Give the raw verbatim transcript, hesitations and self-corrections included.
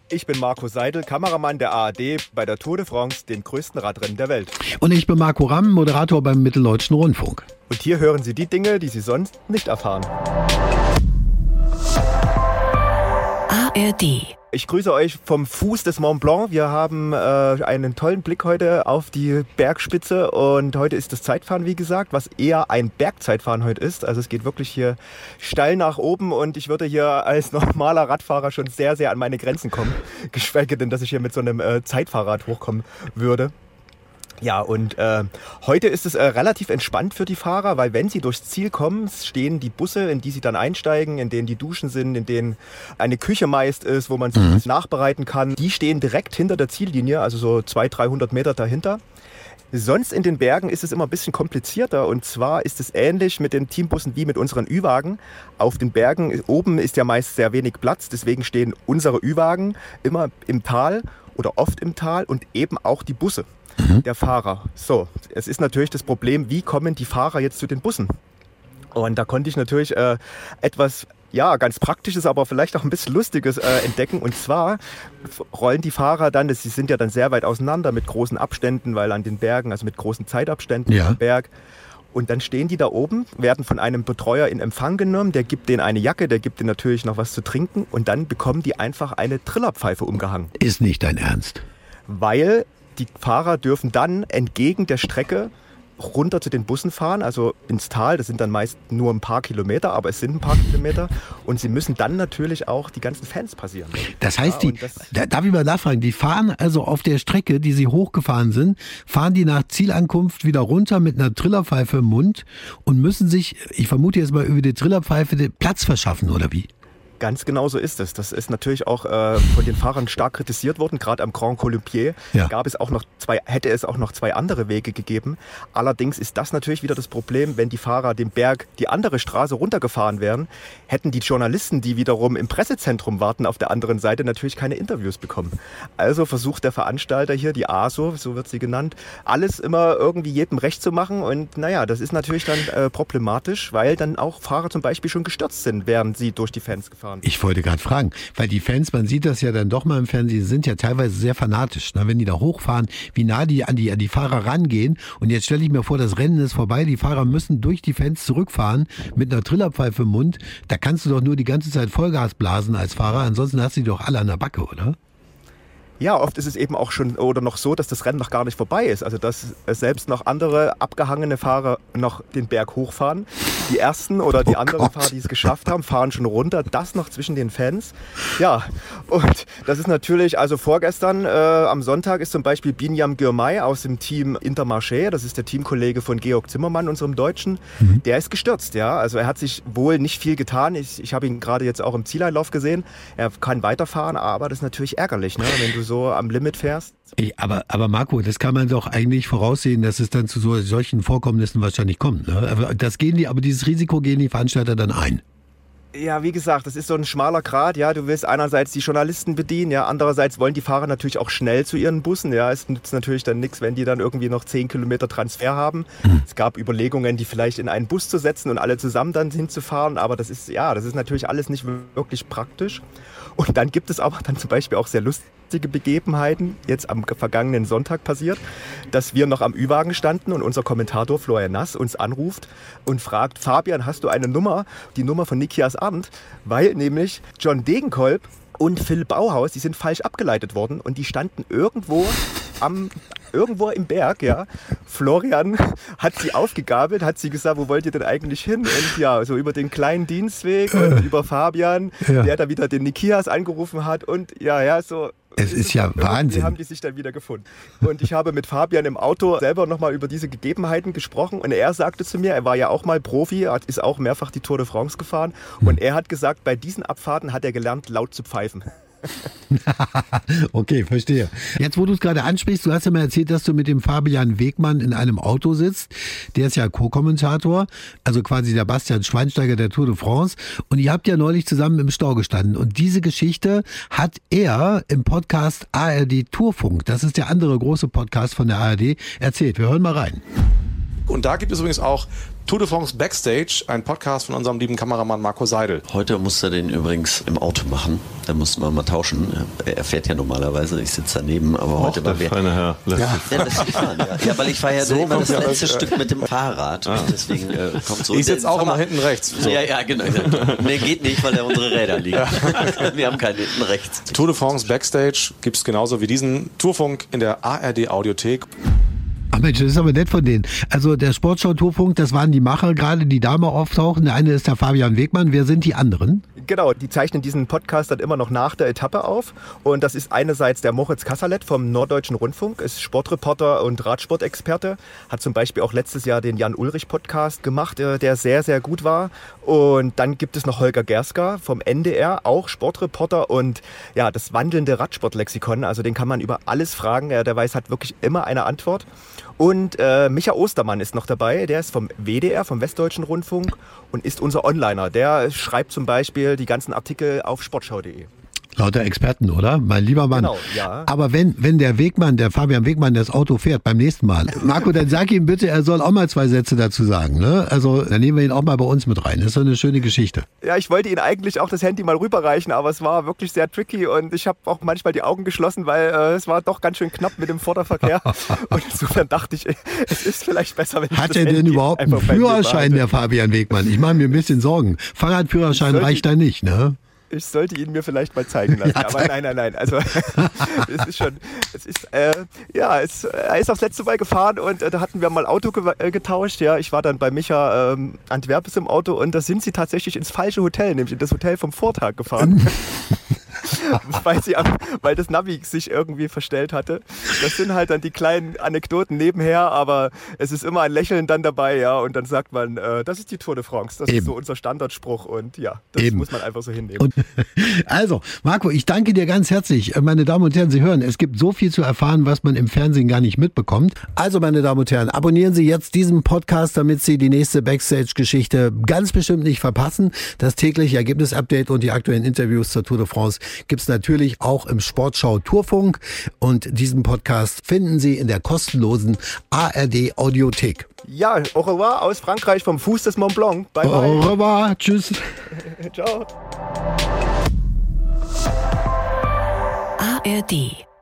Ich bin Marco Seidel, Kameramann der A R D bei der Tour de France, dem größten Radrennen der Welt. Und ich bin Marco Ramm, Moderator beim Mitteldeutschen Rundfunk. Und hier hören Sie die Dinge, die Sie sonst nicht erfahren. A R D. Ich grüße euch vom Fuß des Mont Blanc. Wir haben äh, einen tollen Blick heute auf die Bergspitze und heute ist das Zeitfahren, wie gesagt, was eher ein Bergzeitfahren heute ist. Also es geht wirklich hier steil nach oben und ich würde hier als normaler Radfahrer schon sehr, sehr an meine Grenzen kommen. Geschweige denn, dass ich hier mit so einem äh, Zeitfahrrad hochkommen würde. Ja, und äh, heute ist es äh, relativ entspannt für die Fahrer, weil wenn sie durchs Ziel kommen, stehen die Busse, in die sie dann einsteigen, in denen die Duschen sind, in denen eine Küche meist ist, wo man sich mhm. nachbereiten kann. Die stehen direkt hinter der Ziellinie, also so zweihundert, dreihundert Meter dahinter. Sonst in den Bergen ist es immer ein bisschen komplizierter und zwar ist es ähnlich mit den Teambussen wie mit unseren Ü-Wagen. Auf den Bergen oben ist ja meist sehr wenig Platz, deswegen stehen unsere Ü-Wagen immer im Tal oder oft im Tal und eben auch die Busse. Mhm. Der Fahrer. So, es ist natürlich das Problem, wie kommen die Fahrer jetzt zu den Bussen? Und da konnte ich natürlich äh, etwas, ja, ganz Praktisches, aber vielleicht auch ein bisschen Lustiges äh, entdecken. Und zwar rollen die Fahrer dann, sie sind ja dann sehr weit auseinander mit großen Abständen, weil an den Bergen, also mit großen Zeitabständen ja. am Berg. Und dann stehen die da oben, werden von einem Betreuer in Empfang genommen, der gibt denen eine Jacke, der gibt denen natürlich noch was zu trinken und dann bekommen die einfach eine Trillerpfeife umgehangen. Ist nicht dein Ernst. Weil die Fahrer dürfen dann entgegen der Strecke runter zu den Bussen fahren, also ins Tal. Das sind dann meist nur ein paar Kilometer, aber es sind ein paar Kilometer. Und sie müssen dann natürlich auch die ganzen Fans passieren. Das heißt, ja, die, das, da, darf ich mal nachfragen, die fahren also auf der Strecke, die sie hochgefahren sind, fahren die nach Zielankunft wieder runter mit einer Trillerpfeife im Mund und müssen sich, ich vermute jetzt mal über die Trillerpfeife, den Platz verschaffen, oder wie? Ganz genau so ist es. Das ist natürlich auch äh, von den Fahrern stark kritisiert worden. Gerade am Grand Colombier ja. gab es auch noch zwei, hätte es auch noch zwei andere Wege gegeben. Allerdings ist das natürlich wieder das Problem, wenn die Fahrer den Berg, die andere Straße runtergefahren wären, hätten die Journalisten, die wiederum im Pressezentrum warten auf der anderen Seite, natürlich keine Interviews bekommen. Also versucht der Veranstalter hier, die A S O, so wird sie genannt, alles immer irgendwie jedem recht zu machen. Und naja, das ist natürlich dann äh, problematisch, weil dann auch Fahrer zum Beispiel schon gestürzt sind, während sie durch die Fans gefahren. Ich wollte gerade fragen, weil die Fans, man sieht das ja dann doch mal im Fernsehen, sind ja teilweise sehr fanatisch. Ne? Wenn die da hochfahren, wie nah die an, die an die Fahrer rangehen. Und jetzt stelle ich mir vor, das Rennen ist vorbei, die Fahrer müssen durch die Fans zurückfahren mit einer Trillerpfeife im Mund. Da kannst du doch nur die ganze Zeit Vollgas blasen als Fahrer, ansonsten hast du die doch alle an der Backe, oder? Ja, oft ist es eben auch schon oder noch so, dass das Rennen noch gar nicht vorbei ist. Also dass selbst noch andere abgehangene Fahrer noch den Berg hochfahren. Die ersten oder die oh anderen Gott. Fahrer, die es geschafft haben, fahren schon runter. Das noch zwischen den Fans. Ja, und das ist natürlich, also vorgestern äh, am Sonntag ist zum Beispiel Binyam Girmay aus dem Team Intermarché, das ist der Teamkollege von Georg Zimmermann, unserem Deutschen, mhm. der ist gestürzt. Ja, also er hat sich wohl nicht viel getan. Ich, ich habe ihn gerade jetzt auch im Zieleinlauf gesehen. Er kann weiterfahren, aber das ist natürlich ärgerlich, ne, wenn du so am Limit fährst. Ey, aber, aber Marco, das kann man doch eigentlich voraussehen, dass es dann zu so, solchen Vorkommnissen wahrscheinlich kommt. Ne? Aber, das gehen die, aber dieses Risiko gehen die Veranstalter dann ein. Ja, wie gesagt, das ist so ein schmaler Grat. Ja, du willst einerseits die Journalisten bedienen, ja, andererseits wollen die Fahrer natürlich auch schnell zu ihren Bussen. Ja, es nützt natürlich dann nichts, wenn die dann irgendwie noch zehn Kilometer Transfer haben. Mhm. Es gab Überlegungen, die vielleicht in einen Bus zu setzen und alle zusammen dann hinzufahren. Aber das ist, ja, das ist natürlich alles nicht wirklich praktisch. Und dann gibt es aber dann zum Beispiel auch sehr lustige Begebenheiten, jetzt am vergangenen Sonntag passiert, dass wir noch am Ü-Wagen standen und unser Kommentator Florian Nass uns anruft und fragt, Fabian, hast du eine Nummer, die Nummer von Nikias Arndt, weil nämlich John Degenkolb und Phil Bauhaus, die sind falsch abgeleitet worden und die standen irgendwo am irgendwo im Berg, ja. Florian hat sie aufgegabelt, hat sie gesagt, wo wollt ihr denn eigentlich hin? Und ja, so über den kleinen Dienstweg und über Fabian, ja. der da wieder den Nikias angerufen hat und ja, ja, so. Es ist ja Wahnsinn. Haben die sich dann wieder gefunden. Und ich habe mit Fabian im Auto selber nochmal über diese Gegebenheiten gesprochen und er sagte zu mir, er war ja auch mal Profi, ist auch mehrfach die Tour de France gefahren und er hat gesagt, bei diesen Abfahrten hat er gelernt, laut zu pfeifen. Okay, verstehe. Jetzt, wo du es gerade ansprichst, du hast ja mal erzählt, dass du mit dem Fabian Wegmann in einem Auto sitzt. Der ist ja Co-Kommentator, also quasi der Bastian Schweinsteiger der Tour de France. Und ihr habt ja neulich zusammen im Stau gestanden. Und diese Geschichte hat er im Podcast A R D Tourfunk, das ist der andere große Podcast von der A R D, erzählt. Wir hören mal rein. Und da gibt es übrigens auch Tour de France Backstage, ein Podcast von unserem lieben Kameramann Marco Seidel. Heute musste er den übrigens im Auto machen. Da mussten wir mal tauschen. Er fährt ja normalerweise, ich sitze daneben, aber heute war wir. Feine Herr. Lässt Ja, ja, lässt sich fahren, ja. ja, weil ich fahre ja So immer das kommt ja letzte das, Stück mit dem Fahrrad. Ah. Deswegen äh, kommt so. Ich sitze auch Sag mal- immer hinten rechts. So. Ja, ja, genau. Nee, geht nicht, weil da unsere Räder liegen. Wir haben keinen hinten rechts. Tour de France Backstage gibt es genauso wie diesen Tourfunk in der A R D Audiothek. Ach Mensch, das ist aber nett von denen. Also der Sportschau-Tourfunk, das waren die Macher, gerade die da mal auftauchen. Der eine ist der Fabian Wegmann. Wer sind die anderen? Genau, die zeichnen diesen Podcast dann immer noch nach der Etappe auf. Und das ist einerseits der Moritz Kasserlet vom Norddeutschen Rundfunk, ist Sportreporter und Radsportexperte. Hat zum Beispiel auch letztes Jahr den Jan-Ulrich-Podcast gemacht, der sehr, sehr gut war. Und dann gibt es noch Holger Gerska vom N D R, auch Sportreporter und ja, das wandelnde Radsportlexikon. Also den kann man über alles fragen. Der weiß, hat wirklich immer eine Antwort. Und äh, Micha Ostermann ist noch dabei, der ist vom W D R, vom Westdeutschen Rundfunk und ist unser Onliner. Der schreibt zum Beispiel die ganzen Artikel auf sportschau punkt de. Lauter Experten, oder? Mein lieber Mann. Genau, ja. Aber wenn, wenn der Wegmann, der Fabian Wegmann, das Auto fährt beim nächsten Mal, Marco, dann sag ihm bitte, er soll auch mal zwei Sätze dazu sagen. Ne? Also dann nehmen wir ihn auch mal bei uns mit rein. Das ist doch eine schöne Geschichte. Ja, ich wollte Ihnen eigentlich auch das Handy mal rüberreichen, aber es war wirklich sehr tricky und ich habe auch manchmal die Augen geschlossen, weil äh, es war doch ganz schön knapp mit dem Vorderverkehr. Und insofern dachte ich, es ist vielleicht besser, wenn ich Hat das er denn Handy überhaupt einen einfach bei mir Führerschein, behalte. der Fabian Wegmann? Ich mache mir ein bisschen Sorgen. Fahrradführerschein Sollte- reicht da nicht, ne? Ich sollte ihn mir vielleicht mal zeigen lassen. Aber nein, nein, nein. Also es ist schon, es ist, äh, ja, es, er ist aufs letzte Mal gefahren und äh, da hatten wir mal Auto ge äh, getauscht. Ja, ich war dann bei Micha ähm, Antwerpes im Auto und da sind sie tatsächlich ins falsche Hotel, nämlich in das Hotel vom Vortag gefahren. weil, sie am, weil das Navi sich irgendwie verstellt hatte. Das sind halt dann die kleinen Anekdoten nebenher, aber es ist immer ein Lächeln dann dabei, ja. Und dann sagt man, äh, das ist die Tour de France. Das Eben. ist so unser Standardspruch und ja, das Eben. muss man einfach so hinnehmen. Und, also, Marco, ich danke dir ganz herzlich. Meine Damen und Herren, Sie hören, es gibt so viel zu erfahren, was man im Fernsehen gar nicht mitbekommt. Also, meine Damen und Herren, abonnieren Sie jetzt diesen Podcast, damit Sie die nächste Backstage-Geschichte ganz bestimmt nicht verpassen. Das tägliche Ergebnis-Update und die aktuellen Interviews zur Tour de France gibt's natürlich auch im Sportschau Tourfunk. Und diesen Podcast finden Sie in der kostenlosen A R D Audiothek. Ja, au revoir aus Frankreich vom Fuß des Mont Blanc. Bye, Au bye. revoir, tschüss. Ciao. A R D